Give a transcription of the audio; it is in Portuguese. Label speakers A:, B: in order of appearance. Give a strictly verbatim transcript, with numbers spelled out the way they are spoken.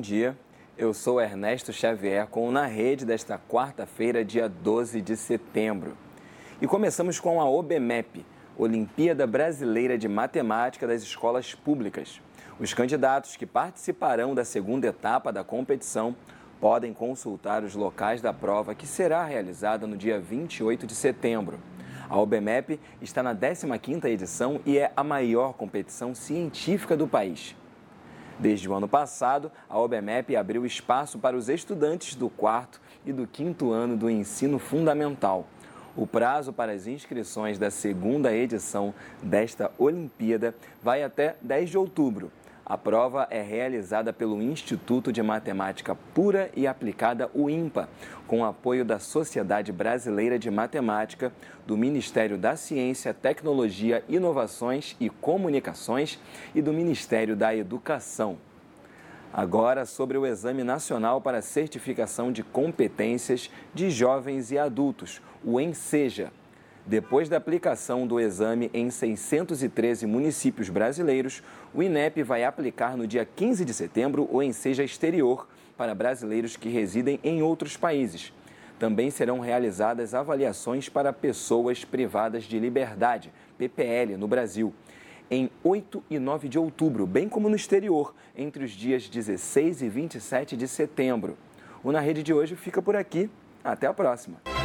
A: dia. Eu sou Ernesto Xavier com o Na Rede desta quarta-feira, dia doze de setembro. E começamos com a OBMEP, Olimpíada Brasileira de Matemática das Escolas Públicas. Os candidatos que participarão da segunda etapa da competição podem consultar os locais da prova, que será realizada no dia vinte e oito de setembro. A OBMEP está na décima quinta edição e é a maior competição científica do país. Desde o ano passado, a OBMEP abriu espaço para os estudantes do quarto e do quinto ano do ensino fundamental. O prazo para as inscrições da segunda edição desta Olimpíada vai até dez de outubro. A prova é realizada pelo Instituto de Matemática Pura e Aplicada, o INPA, com apoio da Sociedade Brasileira de Matemática, do Ministério da Ciência, Tecnologia, Inovações e Comunicações e do Ministério da Educação. Agora, sobre o Exame Nacional para Certificação de Competências de Jovens e Adultos, o ENSEJA. Depois da aplicação do exame em seiscentos e treze municípios brasileiros, o INEP vai aplicar no dia quinze de setembro o ENSEJA Exterior para brasileiros que residem em outros países. Também serão realizadas avaliações para pessoas privadas de liberdade, P P L, no Brasil, em oito e nove de outubro, bem como no exterior, entre os dias dezesseis e vinte e sete de setembro. O Na Rede de hoje fica por aqui. Até a próxima!